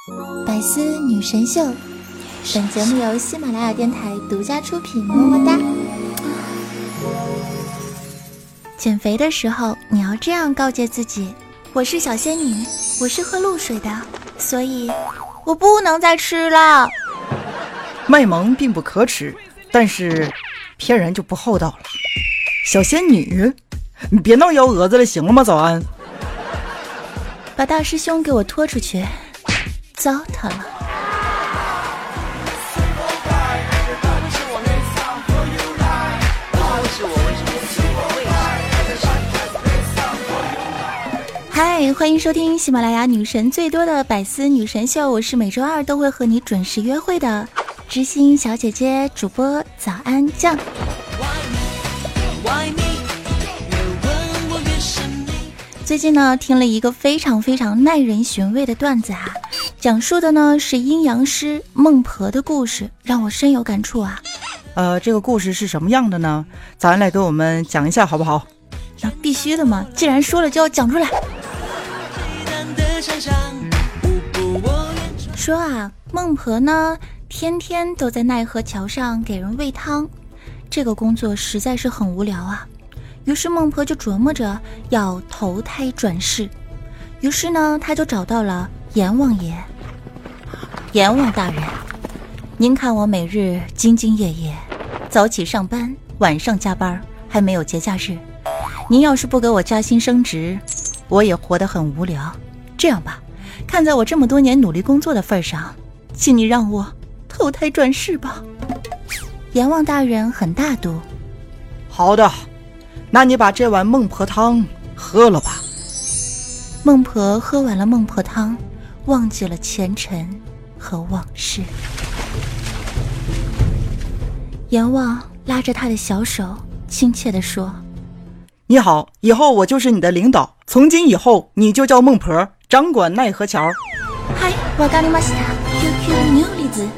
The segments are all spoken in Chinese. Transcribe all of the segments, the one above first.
百思女神秀，本节目由喜马拉雅电台独家出品，么么哒。减肥的时候，你要这样告诫自己：我是小仙女，我是喝露水的，所以我不能再吃了。 卖萌并不可耻，但是骗人就不厚道了。小仙女，你别闹幺蛾子了，行了吗？早安。 把大师兄给我拖出去，糟蹋了。嗨，欢迎收听喜马拉雅女神最多的百思女神秀，我是每周二都会和你准时约会的知心小姐姐主播早安酱。最近呢，听了一个非常耐人寻味的段子啊，讲述的呢是阴阳师孟婆的故事，让我深有感触啊。 这个故事是什么样的呢？咱来给我们讲一下好不好？ 那必须的嘛，既然说了就要讲出来。说啊，孟婆呢天天都在奈何桥上给人喂汤，这个工作实在是很无聊啊。于是孟婆就琢磨着要投胎转世，于是呢他就找到了阎王爷。阎王大人，您看我每日兢兢业业，早起上班，晚上加班，还没有节假日，您要是不给我加薪升职，我也活得很无聊。这样吧，看在我这么多年努力工作的份上，请你让我投胎转世吧。阎王大人很大度。 好的，那你把这碗孟婆汤喝了吧。 孟婆喝完了孟婆汤，忘记了前尘和往事。阎王拉着他的小手，亲切地说： 你好，以后我就是你的领导，从今以后你就叫孟婆，掌管奈何桥。 嗨，わかりました。QQ 牛栗子。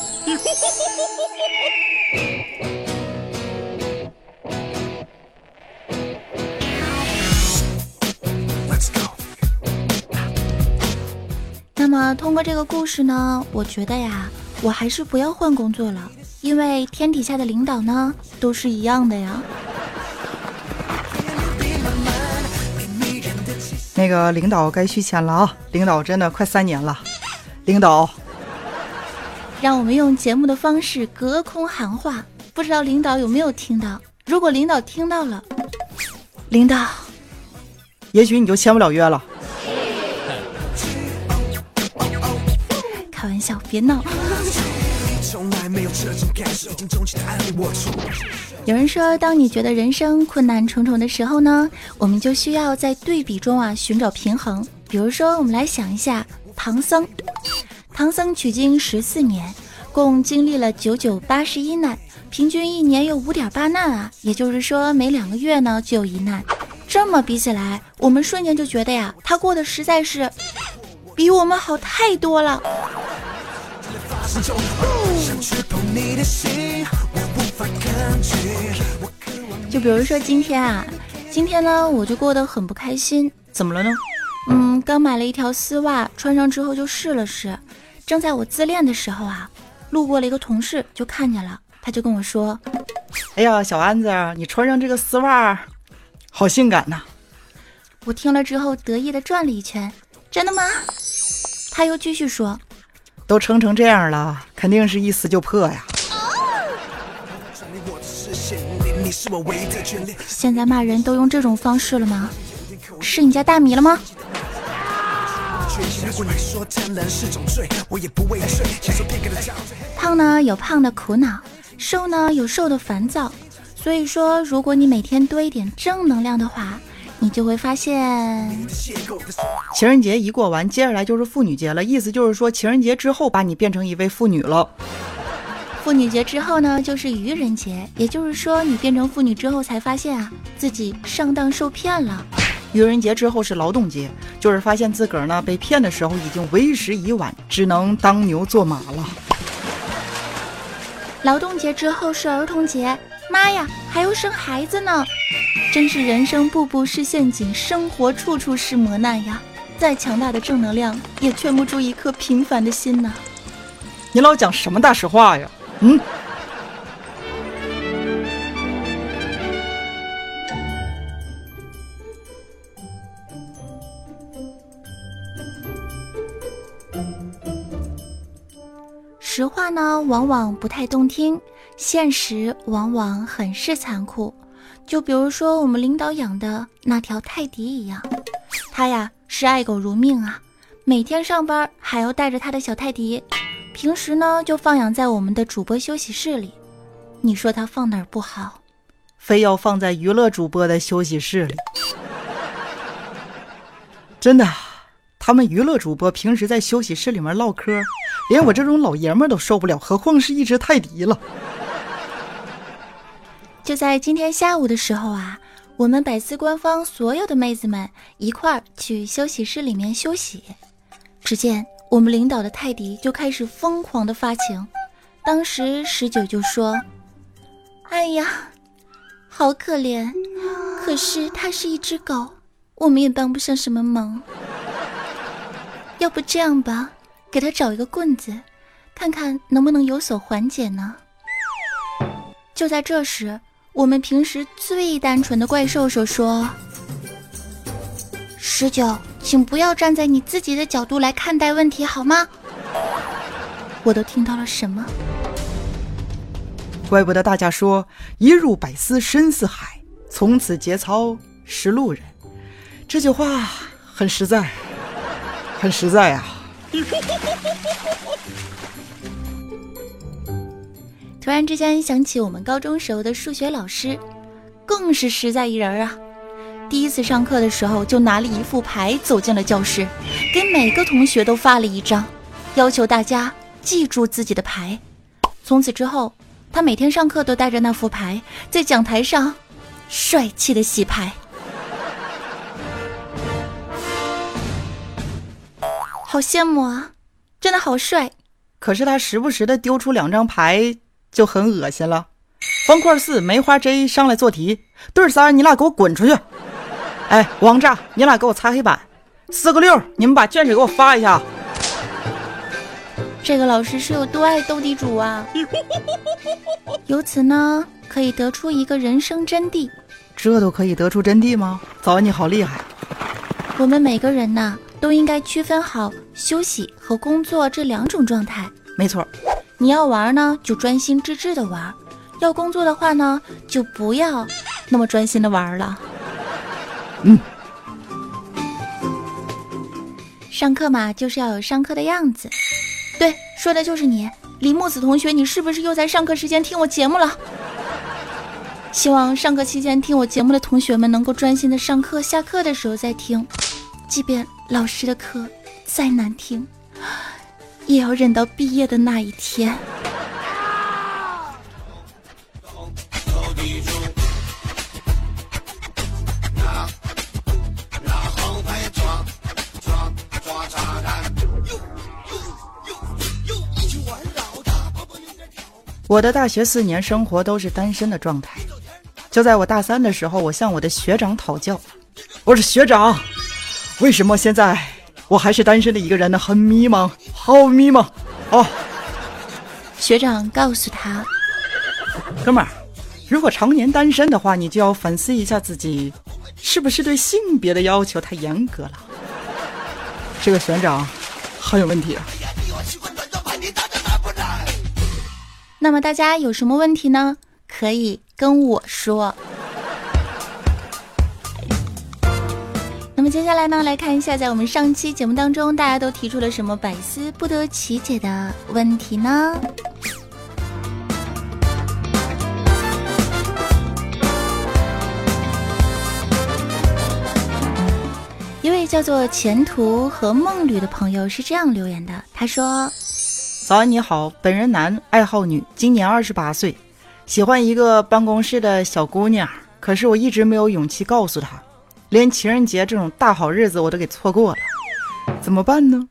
那么通过这个故事呢，我觉得呀，我还是不要换工作了，因为天底下的领导呢都是一样的呀。 那个领导该续签了啊，领导真的快3年了。领导， 让我们用节目的方式隔空喊话，不知道领导有没有听到？如果领导听到了，领导， 也许你就签不了约了。 开玩笑，别闹。有人说，当你觉得人生困难重重的时候呢，我们就需要在对比中啊寻找平衡。比如说，我们来想一下唐僧。唐僧取经14年，共经历了9981难，平均1年有5.8难啊，也就是说每2个月呢就有1难。这么比起来，我们瞬间就觉得呀，他过得实在是比我们好太多了。就比如说今天呢我就过得很不开心。 怎么了呢？ 刚买了一条丝袜，穿上之后就试了试，正在我自恋的时候啊，路过了一个同事就看见了，他就跟我说： 哎呀，小安子，你穿上这个丝袜好性感呐。 我听了之后得意地转了一圈。真的吗？他又继续说： 都撑成这样了，肯定是一撕就破呀。 现在骂人都用这种方式了吗？是你家大米了吗？胖呢有胖的苦恼，瘦呢有瘦的烦躁。所以说，如果你每天多一点正能量的话，你就会发现， 情人节一过完，接下来就是妇女节了，意思就是说情人节之后把你变成一位妇女了。 妇女节之后呢就是愚人节，也就是说你变成妇女之后才发现啊自己上当受骗了。 愚人节之后是劳动节，就是发现自个儿呢被骗的时候已经为时已晚，只能当牛做马了。 劳动节之后是儿童节，妈呀，还要生孩子呢！真是人生步步是陷阱，生活处处是磨难呀。 再强大的正能量也劝不住一颗平凡的心呐。 你老讲什么大实话呀？ 实话呢，往往不太动听，现实往往很是残酷。就比如说我们领导养的那条泰迪一样，他呀是爱狗如命啊，每天上班还要带着他的小泰迪，平时呢就放养在我们的主播休息室里。你说他放哪儿不好？ 非要放在娱乐主播的休息室里。真的，他们娱乐主播平时在休息室里面唠嗑，连我这种老爷们都受不了，何况是一只泰迪了。 就在今天下午的时候啊，我们百思官方所有的妹子们一块儿去休息室里面休息。只见我们领导的泰迪就开始疯狂的发情，当时19就说：哎呀，好可怜，可是它是一只狗，我们也帮不上什么忙。要不这样吧，给它找一个棍子，看看能不能有所缓解呢？就在这时，我们平时最单纯的怪兽兽说：19，请不要站在你自己的角度来看待问题好吗？我都听到了什么？ 怪不得大家说一入百思深似海，从此节操是路人。这句话很实在，很实在啊。 突然之间想起我们高中时候的数学老师，更是实在一人啊。第一次上课的时候就拿了一副牌走进了教室，给每个同学都发了一张，要求大家记住自己的牌。从此之后，他每天上课都带着那副牌，在讲台上帅气的洗牌。好羡慕啊，真的好帅。 可是他时不时的丢出2张牌就很恶心了。方块4梅花 J 上来做题，对3你俩给我滚出去。哎，王炸，你俩给我擦黑板。4个6，你们把卷子给我发一下。 这个老师是有多爱斗地主啊！由此呢，可以得出一个人生真谛。 这都可以得出真谛吗？早安，你好厉害。 我们每个人呢，都应该区分好休息和工作这2种状态。 没错， 你要玩呢，就专心致志的玩；要工作的话呢，就不要那么专心的玩了。上课嘛，就是要有上课的样子。对，说的就是你，李木子同学，你是不是又在上课时间听我节目了？希望上课期间听我节目的同学们能够专心的上课，下课的时候再听，即便老师的课再难听，也要忍到毕业的那一天。 我的大学4年生活都是单身的状态。就在我大3的时候，我向我的学长讨教，我说学长，为什么现在我还是单身的一个人呢？很迷茫，好迷茫哦。 学长告诉他， 哥们儿，如果常年单身的话，你就要反思一下自己是不是对性别的要求太严格了。这个学长很有问题啊。 那么大家有什么问题呢？可以跟我说。那么接下来呢，来看一下在我们上期节目当中大家都提出了什么百思不得其解的问题呢？一位叫做前途和梦旅的朋友是这样留言的，他说： 早安你好，本人男，爱好女，今年28岁，喜欢一个办公室的小姑娘，可是我一直没有勇气告诉她，连情人节这种大好日子我都给错过了，怎么办呢？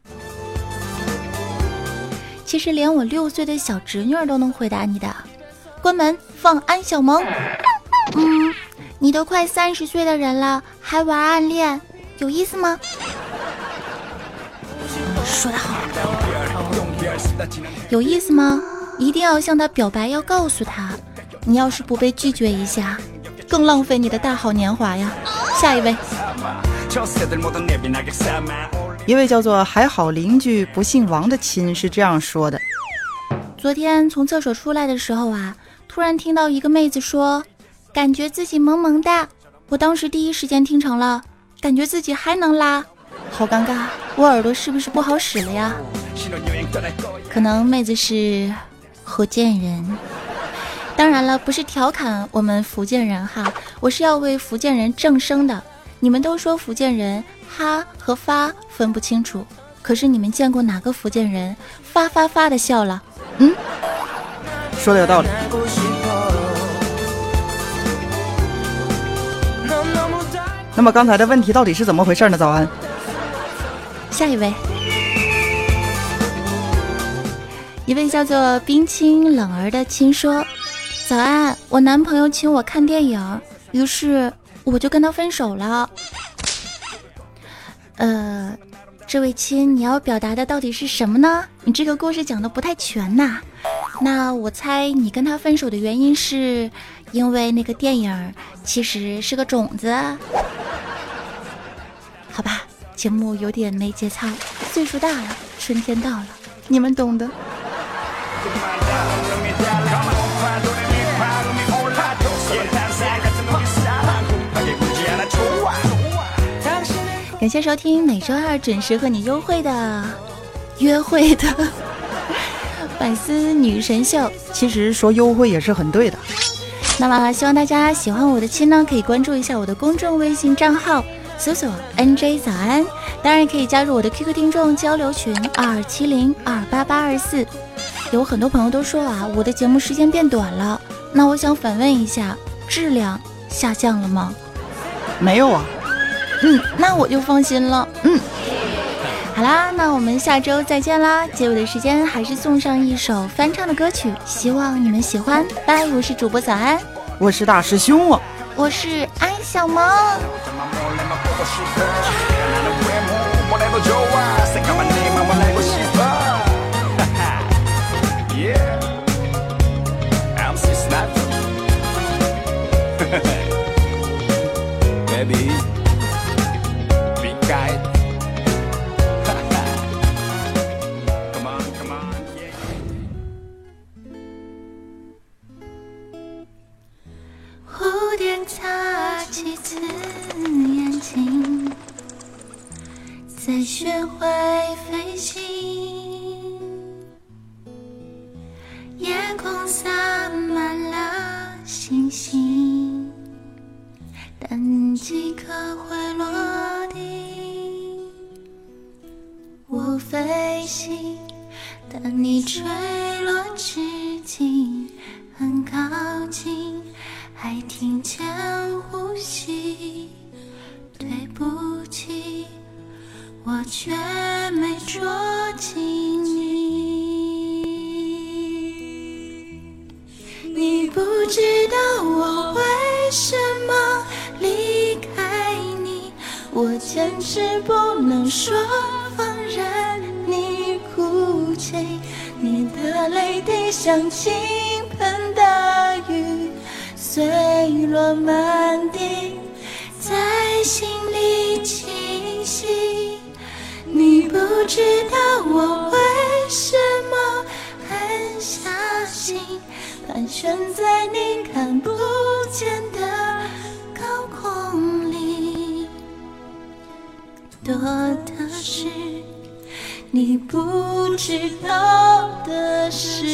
其实连我6岁的小侄女都能回答你的。关门放安小萌。你都快30岁的人了，还玩暗恋，有意思吗？ 说得好。有意思吗？一定要向他表白，要告诉他，你要是不被拒绝一下，更浪费你的大好年华呀。下一位， 一位叫做还好邻居不姓王的亲是这样说的： 昨天从厕所出来的时候啊，突然听到一个妹子说感觉自己萌萌哒，我当时第一时间听成了感觉自己还能拉，好尴尬，我耳朵是不是不好使了呀？可能妹子是福建人，当然了，不是调侃我们福建人哈，我是要为福建人正声的。你们都说福建人哈和发分不清楚，可是你们见过哪个福建人发的笑了？ 说的有道理。那么刚才的问题到底是怎么回事呢？早安。 下一位，一位叫做冰清冷儿的亲说：早安，我男朋友请我看电影，于是我就跟他分手了。这位亲，你要表达的到底是什么呢？你这个故事讲的不太全呐。那我猜你跟他分手的原因是因为那个电影其实是个种子。好吧，节目有点没节操，岁数大了，春天到了，你们懂的。感谢收听每周二准时和你优惠的约会的百思女神秀。 其实说优惠也是很对的。 那么希望大家喜欢我的亲呢，可以关注一下我的公众微信账号，搜索 NJ 早安，当然可以加入我的 QQ 听众交流群2270-28824。有很多朋友都说啊，我的节目时间变短了，那我想反问一下，质量下降了吗？ 没有啊。 那我就放心了。好啦，那我们下周再见啦。结尾的时间还是送上一首翻唱的歌曲，希望你们喜欢。拜，我是主播早安， 我是大师兄啊， 我是安小萌。蝴蝶擦几次眼睛，在学会飞行，夜空洒满了星星，但几颗会落地。我飞行，但你坠落至今很靠近，还听见呼吸。对不起，我却没捉紧你。你不知道我为什么离开你，我坚持不能说放任你哭泣，你的泪滴像倾盆大雨，碎落满地，在心里清晰。你不知道我为什么很相信，盘旋在你看不见的高空里，多的是你不知道的事。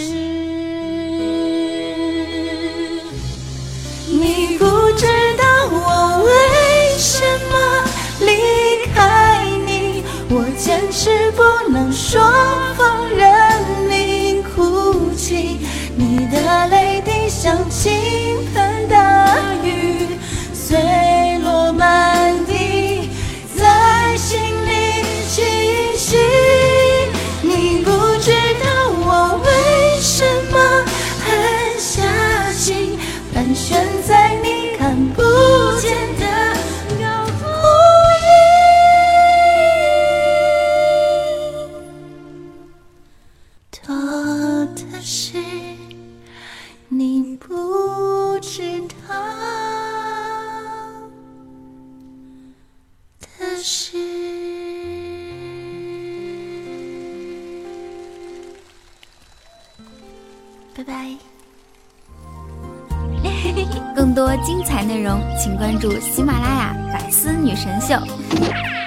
你不知道我为什么离开你，我坚持不能说放任你哭泣，你的泪滴像倾盆大雨，碎落满地，在心里清晰。你不知道我为什么很相信，盘旋在你看不见的高空里。 多的事你不知道的事。拜拜。 更多精彩内容请关注喜马拉雅百思女神秀。